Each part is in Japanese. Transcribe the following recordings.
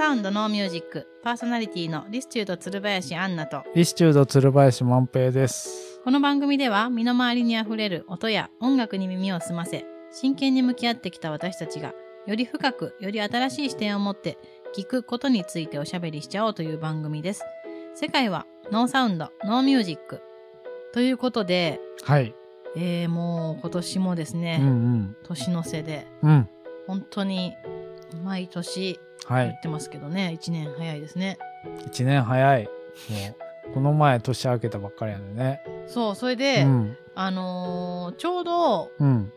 サウンドノーミュージックパーソナリティのリスチュード鶴林アンナとリスチュード鶴林万平です。 この番組では身の回りにあふれる音や音楽に耳を澄ませ真剣に向き合ってきた私たちがより深くより新しい視点を持って聞くことについておしゃべりしちゃおうという番組です。世界はノーサウンドノーミュージックということで、 はい。 もう今年もですね、年の瀬で、本当に毎年言ってますけどね、1年早いですね。 1年早い。もうこの前年明けたばっかりやね。 そう、それで、ちょうど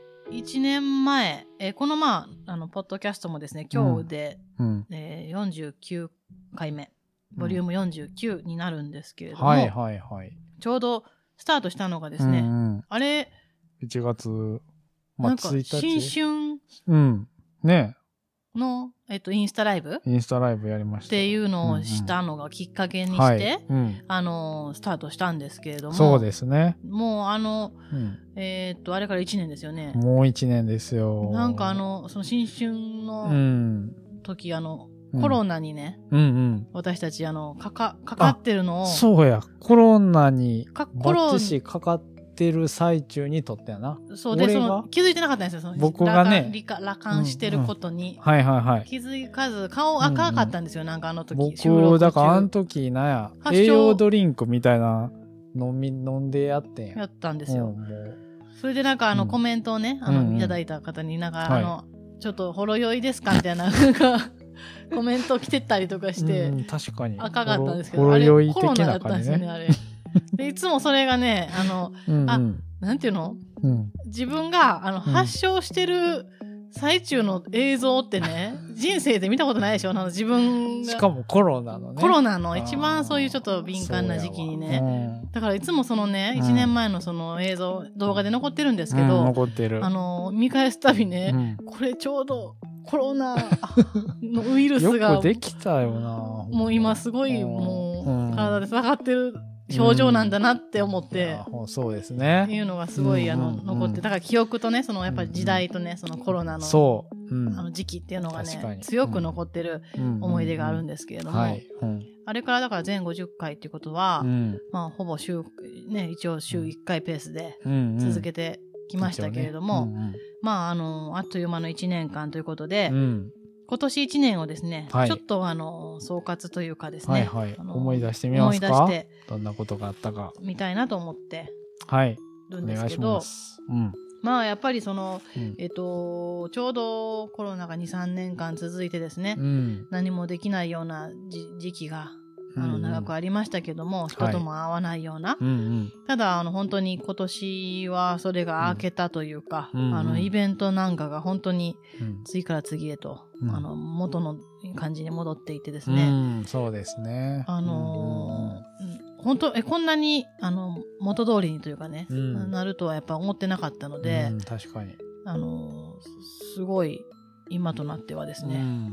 1年前、このポッドキャストもですね、今日で、49回目、ボリューム49になるんですけれども、ちょうどスタートしたのがですね、あれ、 1月、 なんか 1日。 新春の、インスタライブやりました。っていうのをしたのがきっかけにして、スタートしたんですけれども。 そうですね。 もうあれから1年ですよね。 もう1年ですよ。 なんかその新春の時、コロナにね、私たちかかってるのを。 そうや、コロナにバッチシかかってる最中に撮ったよな。 そうで、気づいてなかったんですよ。 僕がね。 羅漢してることに。 気づかず、顔赤かったんですよ、なんかあの時。 僕、だからあの時、栄養ドリンクみたいな飲んでやってんやったんですよ。それでなんかコメントをね、いただいた方になんかちょっとほろ酔いですかみたいな、コメント来てたりとかして、 確かに赤かったんですけど、 あれコロナだったんですよね、あれ。でいつもそれがね、なんていうの、自分が発症してる最中の映像ってね、人生で見たことないでしょ、自分が。 しかもコロナのね。 コロナの一番そういうちょっと敏感な時期にね。だからいつもそのね、1年前のその映像、動画で残ってるんですけど、 残ってる。 見返すたびね、これちょうどコロナのウイルスが。 よくできたよな。 もう今すごいもう体で下がってる症状なんだなって思って、 そうですね。 っていうのがすごい残って、だから記憶とね、そのやっぱり時代とね、そのコロナの時期っていうのがね、強く残ってる思い出があるんですけれども、あれからだから全50回っていうことは、ほぼ一応週1回ペースで続けてきましたけれども、あっという間の1年間ということで、今年1年をですね、ちょっと総括というかですね、 思い出してみますか。思い出してどんなことがあったかみたいなと思ってるんですけど、 お願いします。 やっぱりその、ちょうどコロナが 2,3 年間続いてですね、何もできないような時期が長くありましたけども、人とも会わないような、ただ本当に今年はそれが明けたというか、イベントなんかが本当に次から次へと、元の感じに戻っていてですね、 そうですね。 本当こんなに元通りにというかね、なるとはやっぱ思ってなかったので、 確かにすごい今となってはですね、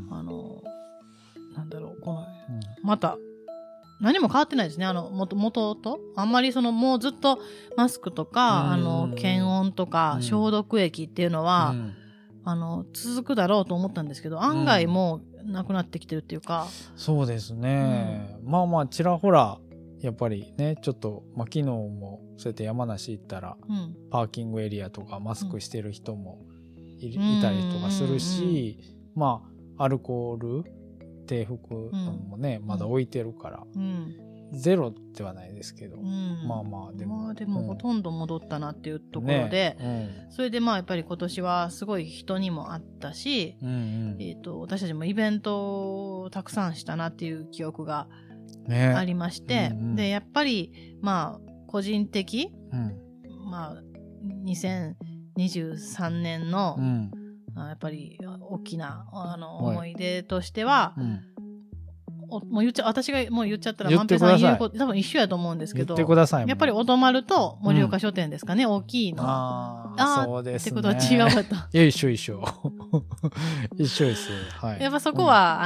なんだろう、また何も変わってないですね。元とあんまりもうずっとマスクとか検温とか消毒液っていうのは、続くだろうと思ったんですけど、案外もうなくなってきてるっていうか。 そうですね。ちらほらやっぱりね、ちょっと昨日もそうやって山梨行ったら、パーキングエリアとかマスクしてる人もいたりとかするし、アルコール低腹もね、まだ置いてるから、ゼロではないですけど、でもほとんど戻ったなっていうところで、それでやっぱり今年はすごい人にもあったし、私たちもイベントをたくさんしたなっていう記憶がありまして、でやっぱり個人的、2023年の、やっぱり大きな思い出としては、もう私がもう言っちゃったら万平さん言うこと多分一緒やと思うんですけど、やっぱりお泊まると盛岡書店ですかね、大きいの。 そうですね。 ってことは違うかと。 いや一緒一緒です。 やっぱそこは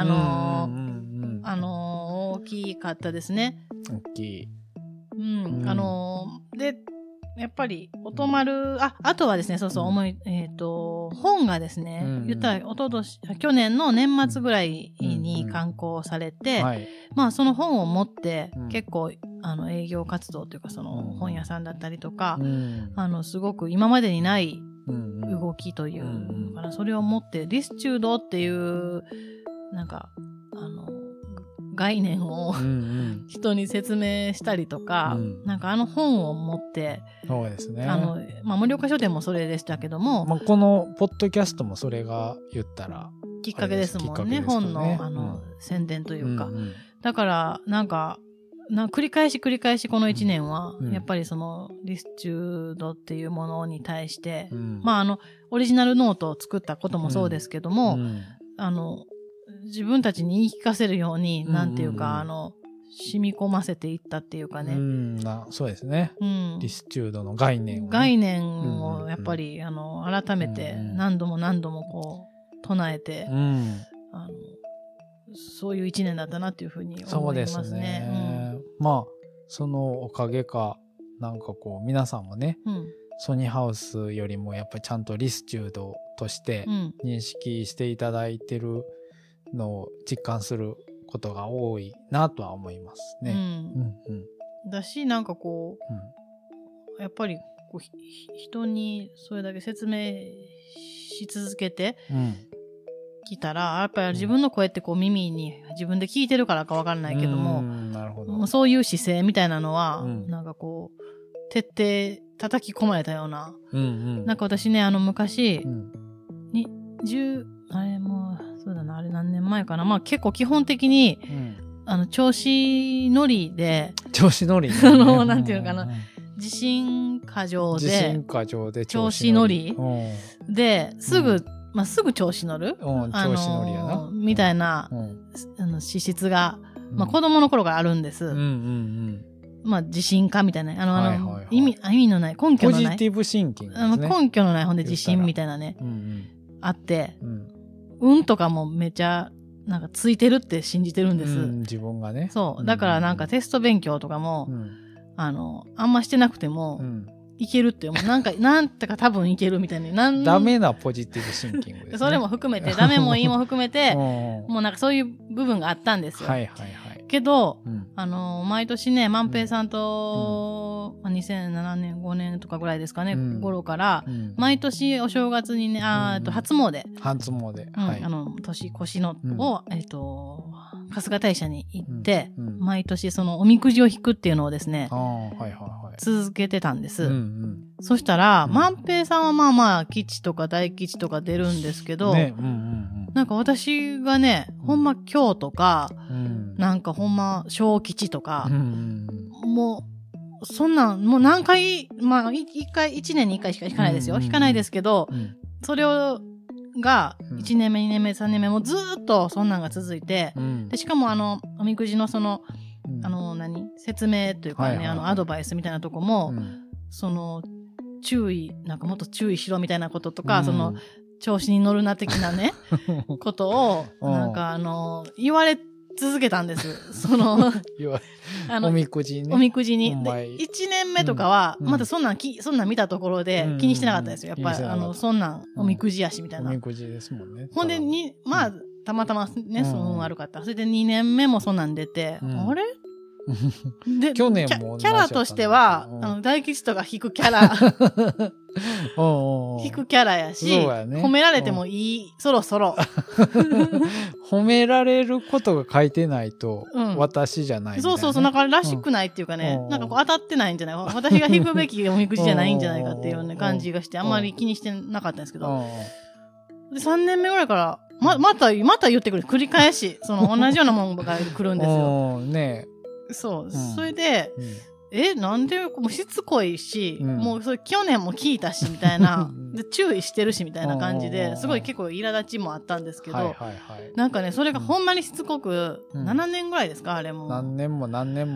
大きかったですね。 大きい。 でやっぱり、音丸、あとはですね、そうそう、本がですね、言ったら、去年の年末ぐらいに刊行されて、まあ、その本を持って、結構、営業活動というか、その本屋さんだったりとか、すごく今までにない動きというかな、それを持って、リスチュードっていう、なんか、概念を人に説明したりとか、なんか本を持って、 そうですね。 盛岡書店もそれでしたけども、 このポッドキャストもそれが言ったらきっかけですもんね。本の宣伝というか、だからなんか繰り返しこの1年は、やっぱりそのリスチュードっていうものに対して、オリジナルノートを作ったこともそうですけども、自分たちに言い聞かせるように、なんていうか、染み込ませていったっていうかね。 そうですね。リスチュードの概念を、 概念をやっぱり、改めて何度もこう、唱えて、そういう一年だったなっていうふうに思いますね。 そうですね。まあ、そのおかげか、なんかこう、皆さんもね、ソニーハウスよりもやっぱりちゃんとリスチュードとして認識していただいてるのを実感することが多いなとは思いますね。 だし、なんかこう、やっぱりこう人にそれだけ説明し続けてきたら、やっぱり自分の声ってこう耳に自分で聞いてるからかわからないけども、 なるほど。 そういう姿勢みたいなのは、なんかこう徹底叩き込まれたような、なんか私ね、昔、そうだな、あれ何年前かな。まあ結構基本的に、調子乗りで、なんていうのかな、自信過剰で、調子乗りで、すぐ調子乗る、 調子乗りやな。 みたいな、資質が、子供の頃からあるんです。自信家みたいな、意味のない、根拠のない。 ポジティブシンキングですね。 根拠のない、ほんで自信みたいなね、あって、とかもめちゃ、なんかついてるって信じてるんです。 自分がね。 そう。だからなんかテスト勉強とかも、あんましてなくても、いけるって、もうなんとか多分いけるみたいな。 ダメなポジティブシンキングですね。 それも含めて、ダメもいいも含めて、もうなんかそういう部分があったんですよ。けど、毎年ね、万平さんと、2007年、5年とかぐらいですかね、頃から、毎年お正月にね、初詣。年越しのを、春日大社に行って、毎年そのおみくじを引くっていうのをですね、続けてたんです。そしたら、万平さんは吉とか大吉とか出るんですけど、なんか私がね、ほんま今日とか、なんかほんま小吉とか、もう、そんなん、もう何回、1年に1回しか引かないですよ。引かないですけど、それが、1年目、2年目、3年目、もうずーっとそんなんが続いて、でしかもおみくじのその、説明というかね、アドバイスみたいなとこも、なんかもっと注意しろみたいなこととか、調子に乗るな的なね、ことを、なんか言われ続けたんです。 おみくじね。 おみくじに。で、1年目とかは、まだそんなん見たところで気にしてなかったですよ。やっぱり、そんなんおみくじやしみたいな。 おみくじですもんね。 ほんで、たまたまね、その悪かった。それで2年目もそんなん出て、あれで去年もキャラとしては、大吉とか引くキャラ引くキャラやし、褒められてもいい、そろそろ褒められることが書いてないと、私じゃないみたいな、 そう、なんからしくないっていうかね、なんかこう当たってないんじゃない、私が引くべきおみくじじゃないんじゃないかっていうね、感じがして、あんまり気にしてなかったんですけど、で3年目ぐらいからまた言ってくる、繰り返し同じようなものが来るんですよ。 ね。 そう、それで、なんで、もうしつこいし、もうそれ去年も聞いたし、みたいな、で、注意してるし、みたいな感じで、すごい結構苛立ちもあったんですけど、なんかね、それがほんまにしつこく、7年ぐらいですか、あれも。 何年も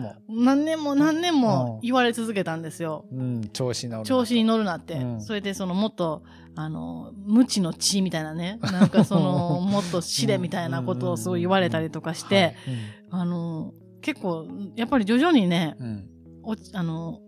言われ続けたんですよ。 調子に乗るなって。それで、もっと、無知の知みたいなね、なんかもっと知れみたいなことをそう言われたりとかして、結構、やっぱり徐々にね、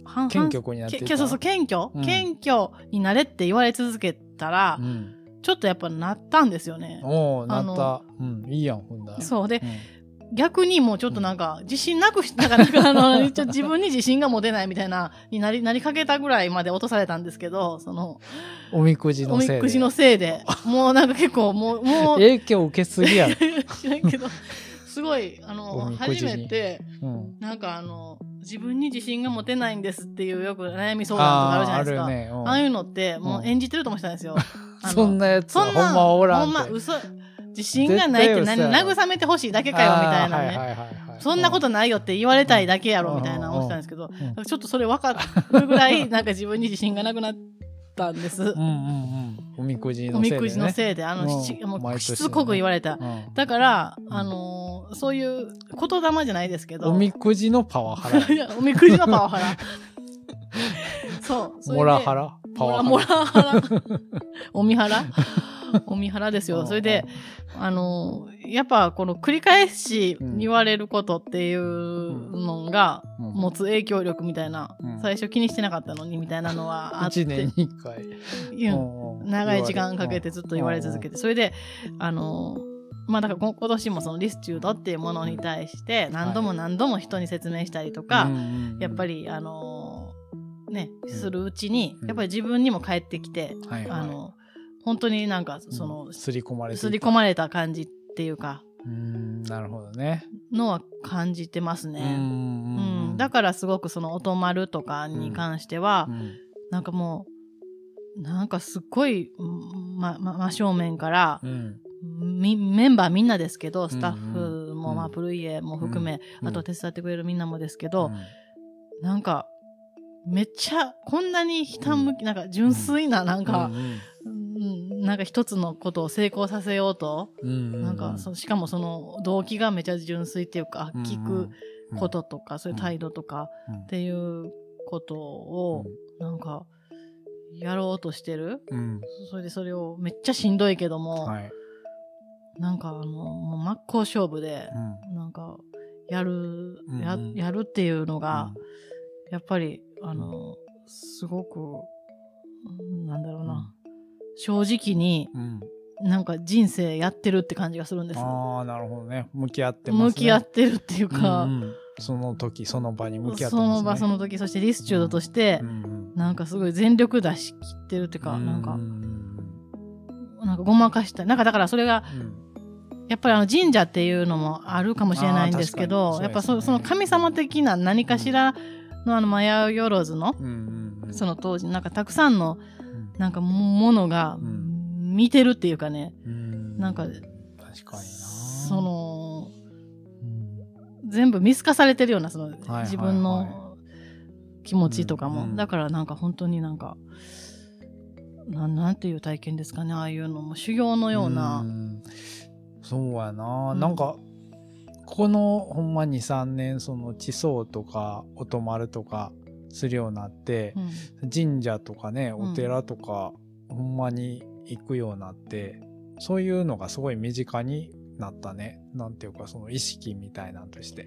謙虚になってた。 そう謙虚になれって言われ続けたら、ちょっとやっぱなったんですよね。 なった。いいやん、ほんだら。 そうで、逆にもうちょっとなんか、自信なくし、なんか自分に自信が持てないみたいな、になりかけたぐらいまで落とされたんですけど、 おみくじのせいで。もうなんか結構もう。 影響受けすぎやろ。 知らんけど、すごい、初めて、なんか自分に自信が持てないんですっていうよく悩み相談とかあるじゃないですか。ああいうのって、もう演じてると思ってたんですよ。 そんなやつほんまおらん。 ほんま嘘。自信がないって慰めてほしいだけかよみたいなね。そんなことないよって言われたいだけやろみたいな思ってたんですけど、ちょっとそれ分かるぐらいなんか自分に自信がなくなったんです。 おみくじのせいで、ね。おみくじのせいで、 もうしつこく言われた。だから、そういう言霊じゃないですけど。 おみくじのパワハラ。 おみくじのパワハラ。そう。 モラハラパワハラ。モラハラ。おみハラおみはらですよ。それで、やっぱこの繰り返し言われることっていうのが持つ影響力みたいな、最初気にしてなかったのにみたいなのはあって。 1年に1回。 長い時間かけてずっと言われ続けて。それで、まあだから今年もそのリスチュードっていうものに対して何度も何度も人に説明したりとか、やっぱりね、するうちに、やっぱり自分にも返ってきて、本当になんか刷り込まれた感じっていうか、 なるほどね。 のは感じてますね。だからすごくその音丸とかに関しては、なんかもうなんかすっごい真正面から、メンバーみんなですけど、スタッフもプルイエも含め、あと手伝ってくれるみんなもですけど、なんかめっちゃこんなにひたむき、なんか純粋ななんか、なんか一つのことを成功させようと、なんかしかもその動機がめちゃ純粋っていうか、聞くこととか、そういう態度とかっていうことをなんかやろうとしてる。それでそれをめっちゃしんどいけども、なんかもう真っ向勝負で、なんかやるっていうのが、やっぱりすごくなんだろうな。正直に、なんか人生やってるって感じがするんです。 ああ、なるほどね。向き合ってますね。 向き合ってるっていうか、 その時その場に向き合ってますね。 その場その時、そしてリスチュードとして、なんかすごい全力出し切ってるっていうか、なんかごまかしたい。なんかだからそれが、やっぱり神社っていうのもあるかもしれないんですけど、やっぱその神様的な何かしらのマヤよろずの、その当時、なんかたくさんのなんかものが見てるっていうかね、なんか確かにな、全部見透かされてるような自分の気持ちとかも、だからなんか本当になんかなんていう体験ですかね、ああいうのも修行のような。 そうやな、なんかこのほんま 2,3 年その地層とか音丸とかするようになって、神社とかねお寺とか、ほんまに行くようになって、そういうのがすごい身近になったね。なんていうかその意識みたいなのとして、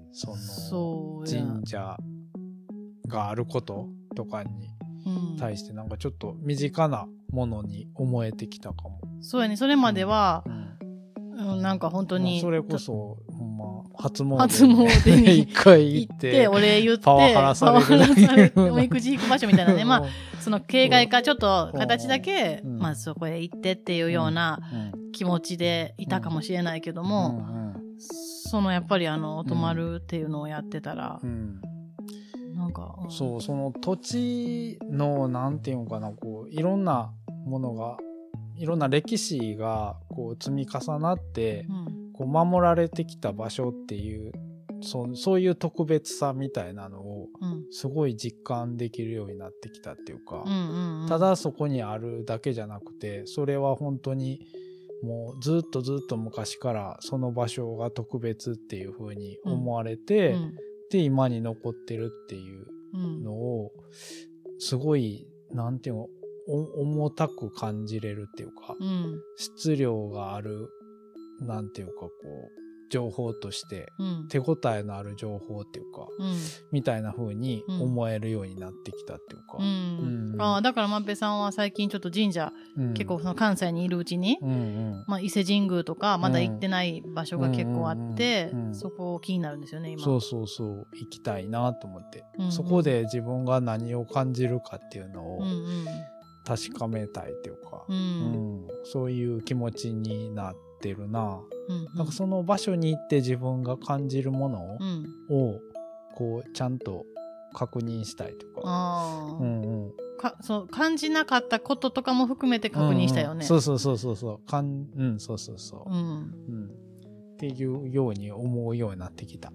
神社があることとかに対してなんかちょっと身近なものに思えてきたかも。 そうやね。それまでは、なんか本当に、 それこそほんま初詣に一回行ってお礼言ってパワハラされるおみくじ行く場所みたいなね。まあその形骸化ちょっと形だけ、まあそこへ行ってっていうような気持ちでいたかもしれないけども、やっぱり音丸っていうのをやってたら、なんか、 その土地のなんていうのかな、こういろんなものが、いろんな歴史がこう積み重なって、こう守られてきた場所っていう、そういう特別さみたいなのをすごい実感できるようになってきたっていうか、ただそこにあるだけじゃなくて、それは本当にもうずっと昔からその場所が特別っていう風に思われて、で今に残ってるっていうのをすごいなんていうの、重たく感じれるっていうか、質量がある、なんていうかこう情報として手応えのある情報っていうか、みたいな風に思えるようになってきたっていうか、 だからまっぺさんは最近ちょっと神社、結構その関西にいるうちに、伊勢神宮とかまだ行ってない場所が結構あって、そこ気になるんですよね今。 そう行きたいなと思って、そこで自分が何を感じるかっていうのを確かめたいっていうか、そういう気持ちになってるな。なんかその場所に行って自分が感じるものをこうちゃんと確認したいとか、 そう感じなかったこととかも含めて確認したよね。 そうっていうように思うようになってきた。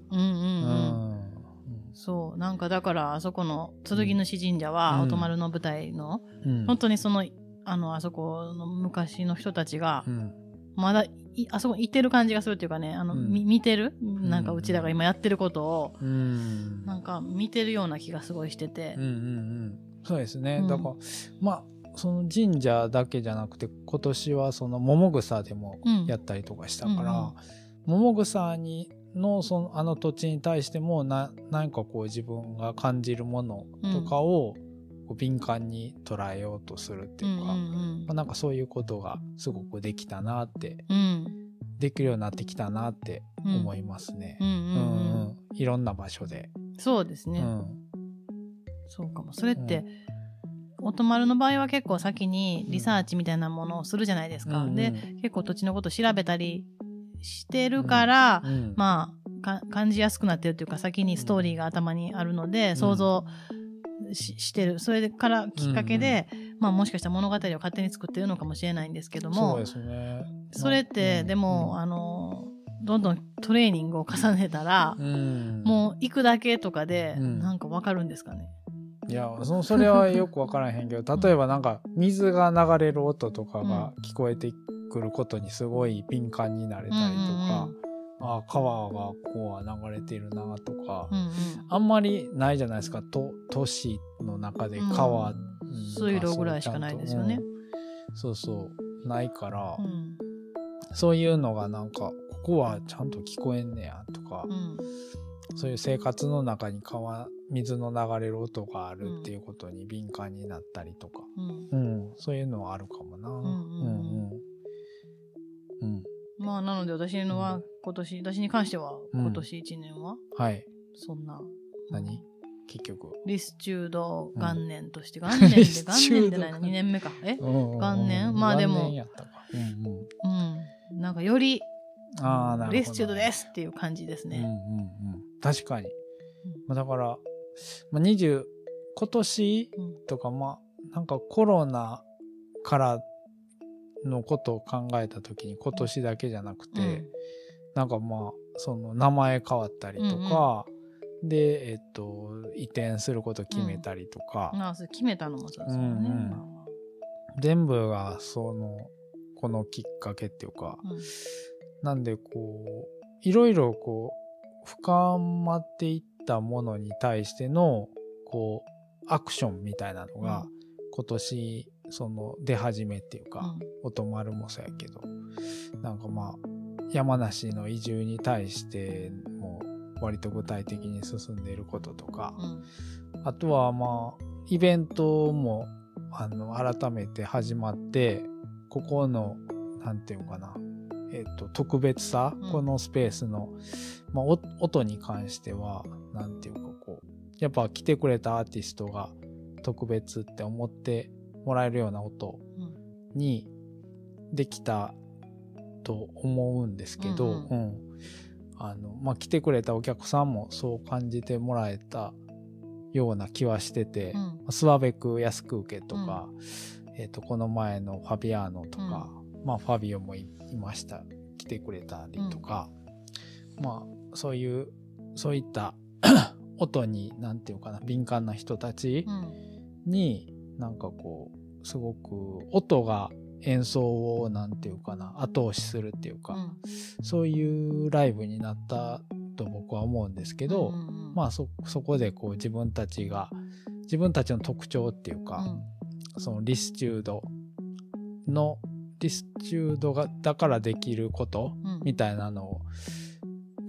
そうなんかだからあそこの剣主神社は音丸の舞台の、本当にそのあそこの昔の人たちが、まだあそこにいてる感じがするっていうかね、見てるなんかうちらが今やってることを、なんか見てるような気がすごいしてて、 そうですね、だからまあその神社だけじゃなくて今年はその桃草でもやったりとかしたから、桃草のあの土地に対しても何かこう自分が感じるものとかを敏感に捉えようとするっていうか、なんかそういうことがすごくできたなって、できるようになってきたなって思いますね。いろんな場所で。 そうですね。そうかも。それって、音丸の場合は結構先にリサーチみたいなものをするじゃないですか。で、結構土地のこと調べたりしてるから、まあ感じやすくなってるっていうか、先にストーリーが頭にあるので、想像してる。それからきっかけで、まあもしかしたら物語を勝手に作ってるのかもしれないんですけども、 そうですね。 それって、でも、どんどんトレーニングを重ねたら、もう行くだけとかで、なんかわかるんですかね。 いや、それはよくわからへんけど、例えばなんか水が流れる音とかが聞こえてくることにすごい敏感になれたりとか、川がこう流れてるなとか、あんまりないじゃないですか。都市の中で川、 水路ぐらいしかないですよね。 ないから、そういうのがなんかここはちゃんと聞こえんねやとか、そういう生活の中に水の流れる音があるっていうことに敏感になったりとか、そういうのはあるかもな。 まあなので私に関しては今年1年は、そんな結局リスチュード元年として、元年でないの2年目か元年まあでもなんかよりリスチュードですっていう感じですね。 確かに、だから今年とかなんかコロナからのことを考えた時に今年だけじゃなくて、なんかその名前変わったりとか、で移転すること決めたりとか、 決めたのもそうですよね。 全部がこのきっかけっていうか、なんでいろいろ深まっていったものに対してのアクションみたいなのが、今年出始めっていうか、音丸もそうやけど、なんか山梨の移住に対しても割と具体的に進んでいることとか、あとはイベントも改めて始まって、ここのなんていうかな、特別さ、このスペースの、音に関してはなんていうかやっぱ来てくれたアーティストが特別って思ってもらえるような音にできたと思うんですけど、来てくれたお客さんもそう感じてもらえたような気はしてて、スワベク安く受けとか、この前のファビアーノとか、ファビオもいました、来てくれたりとか、そういった音になんていうかな、敏感な人たちになんかすごく音が演奏をなんていうかな、後押しするっていうか、そういうライブになったと僕は思うんですけど、そこで自分たちの特徴っていうか、そのリスチュードがだからできることみたいなのを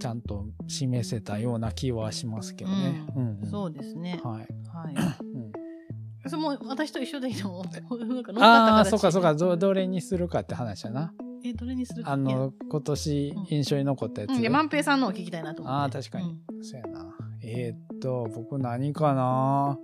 ちゃんと示せたような気はしますけどね。 そうですね。 はい。 それも私と一緒でいいの？ ああ、そうかそうか、どれにするかって話やな。 どれにする？ 今年印象に残ったやつ。 万平さんのを聞きたいなと思って。 ああ、確かに。そうやな。僕何かな。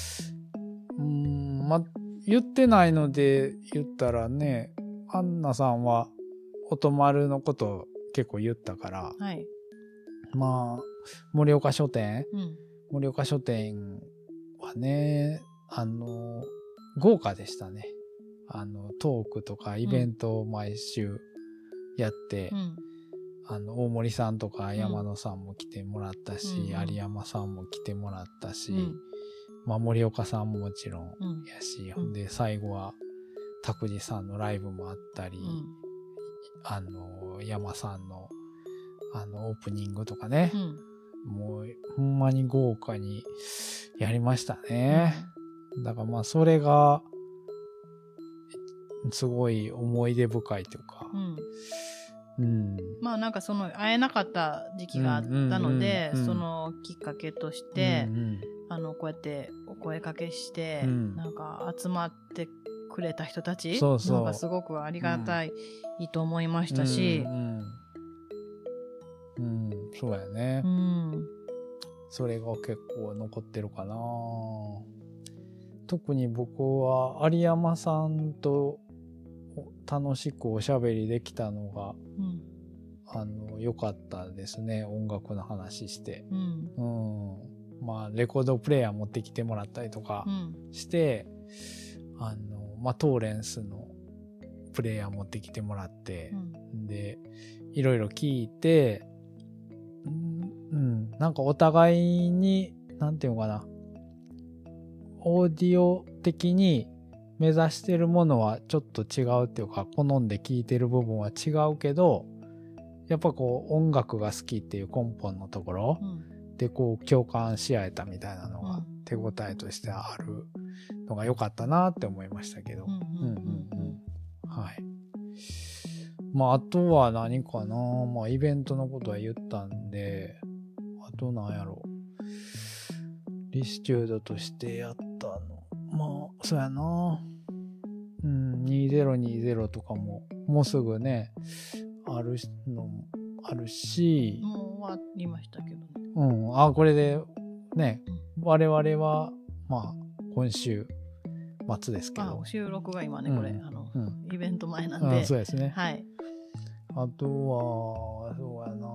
言ってないので言ったらね、アンナさんは音丸のこと結構言ったから、 はい、 盛岡書店、盛岡書店はね、豪華でしたね。トークとかイベントを毎週やって、大森さんとか山野さんも来てもらったし、有山さんも来てもらったし、森岡さんももちろんやし、で最後は拓司さんのライブもあったり、山さんのオープニングとかね、もうほんまに豪華にやりましたね。だからそれがすごい思い出深いというか、 なんか会えなかった時期があったので、そのきっかけとして、こうやってお声かけして、なんか集まってくれた人たちなんかすごくありがたい、と思いましたし、 そうやね。それが結構残ってるかな。特に僕は有山さんと楽しくおしゃべりできたのが、良かったですね。音楽の話して。レコードプレイヤー持ってきてもらったりとかして、トーレンスのプレイヤー持ってきてもらって、で、いろいろ聞いて、なんかお互いに、なんていうのかな、オーディオ的に目指してるものはちょっと違うっていうか、好んで聴いてる部分は違うけど、やっぱ音楽が好きっていう根本のところで共感し合えたみたいなのが手応えとしてあるのが良かったなって思いましたけど。はい。あとは何かな。イベントのことは言ったんで、あとなんやろ。リスチュードとしてやったの。そうやな。2020とかも、もうすぐね、あるのもあるし。 もう終わりましたけどね。 これで、ね、我々は、今週末ですけど。 収録が今ね、これ、イベント前なんで。 そうですね。 はい。 あとは、そうや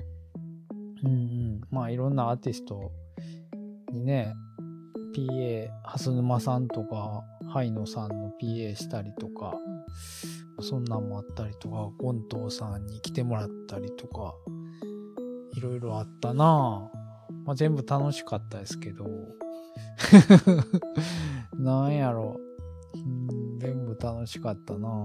な。いろんなアーティストにね、PA、蓮沼さんとか、ハイノさんの PA したりとか、そんなんもあったりとか、ゴントーさんに来てもらったりとか、いろいろあったな。全部楽しかったですけど、なんやろ。全部楽しかったな。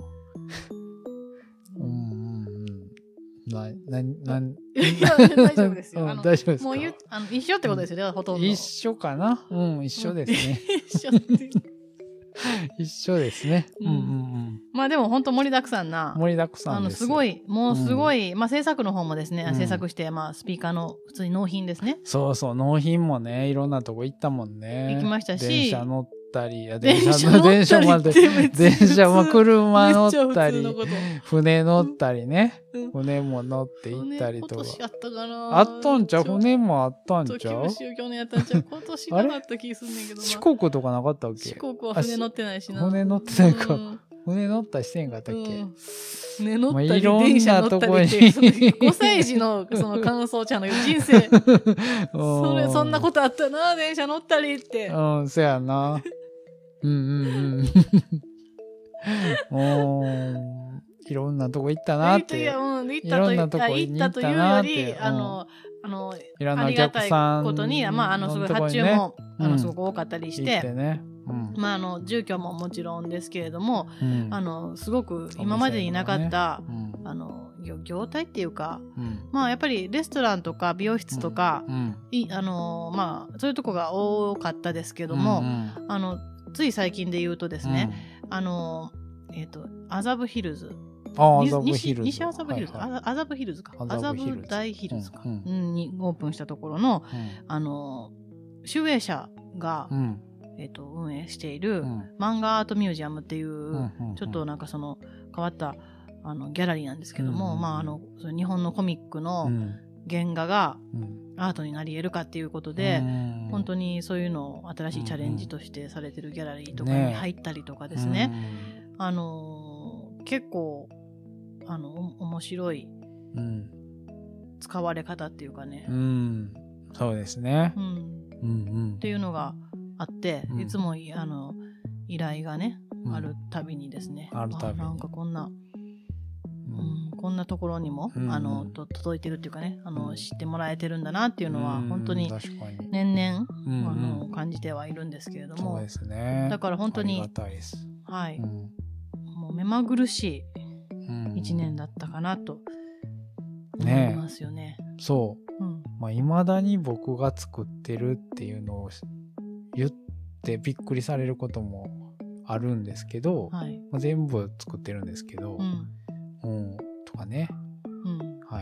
大丈夫ですよ。 大丈夫ですか？ もう一緒ってことですよね、ほとんど。 一緒かな。一緒ですね。一緒ですね。 でも本当盛りだくさんな。 盛りだくさんです。 すごい、もうすごい、制作の方もですね、制作して、スピーカーの普通に納品ですね。 そうそう、納品もね、いろんなとこ行ったもんね。 行きましたし。 電車乗ったり、電車車乗ったり、船乗ったりね。船も乗って行ったりとか。 今年あったかな。 あったんちゃう？船もあったんちゃう？ 九州去年やったんちゃう？今年なかった気すんねんけどな。 四国とかなかったっけ？ 四国は船乗ってないしな。 船乗ってないか。船乗ったりしてんかったっけ？ 船乗ったり、電車乗ったりって、5歳児のその感想ちゃんの人生。そんなことあったな、電車乗ったりって。 そやな。いろんなとこ行ったなって。いろんなとこ行ったというより、 ありがたいことに、すごい発注も、すごく多かったりして、住居ももちろんですけれども、すごく今までになかった、業態っていうか、やっぱりレストランとか美容室とか、そういうとこが多かったですけども、つい最近で言うとですね、麻布ヒルズ麻布ヒルズ。 西麻布ヒルズ、麻布ヒルズか。麻布大ヒルズか。にオープンしたところの、集英社が、運営している漫画アートミュージアムっていう、ちょっとなんかその変わったギャラリーなんですけども、日本のコミックの原画がアートになり得るかっていうことで、本当にそういうのを新しいチャレンジとしてされてるギャラリーとかに入ったりとかですね、結構面白い使われ方っていうかね、 そうですね、 っていうのがあって、いつも依頼がね、あるたびにですね、なんかこんなところにも、届いてるっていうかね、知ってもらえてるんだなっていうのは本当に年々、感じてはいるんですけれども、 そうですね、 だから本当にはい、もう目まぐるしい1年だったかなと思いますよね。 そう、未だに僕が作ってるっていうのを言ってびっくりされることもあるんですけど、全部作ってるんですけど、とかね、はい、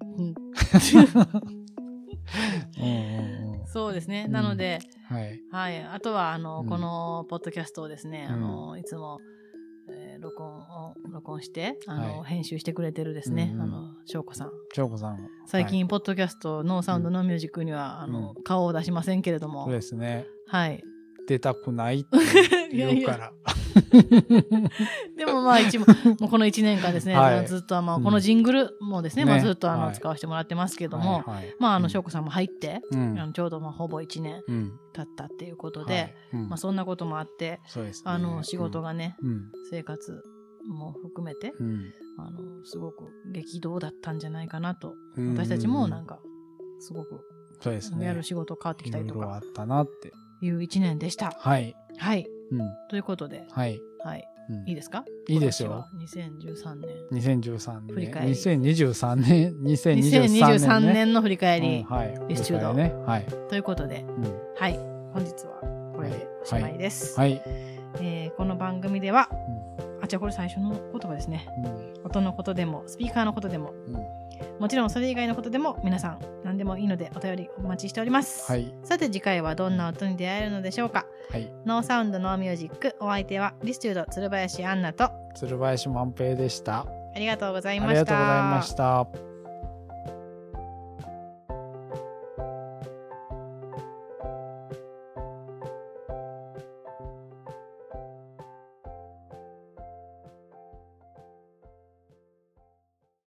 そうですね。なので、あとはこのポッドキャストをですね、いつも録音して編集してくれてるですね、翔子さん。最近ポッドキャストノーサウンドノーミュージックには顔を出しませんけれども、 そうですね。 はい。 出たくないって言うから。 でももうこの1年間ですね、ずっとこのジングルもですね、ずっと使わせてもらってますけども、翔子さんも入って、ちょうどほぼ1年経ったっていうことで、そんなこともあって、仕事がね、生活も含めて、すごく激動だったんじゃないかなと、私たちもなんかすごくやる仕事変わってきたりとか、 あったなっていう1年でした。 はい。 ということで、いいですか？ いいですよ。 2013 年。 振り返り。 2023 年の振り返りです。ということで、本日はこれでおしまいです。この番組では、これ最初の言葉ですね。音のことでも、スピーカーのことでも、もちろんそれ以外のことでも皆さん何でもいいのでお便りお待ちしております。さて次回はどんな音に出会えるのでしょうか。ノーサウンドノーミュージック、お相手はリスチュード鶴林杏奈と鶴林万平でした。 ありがとうございました。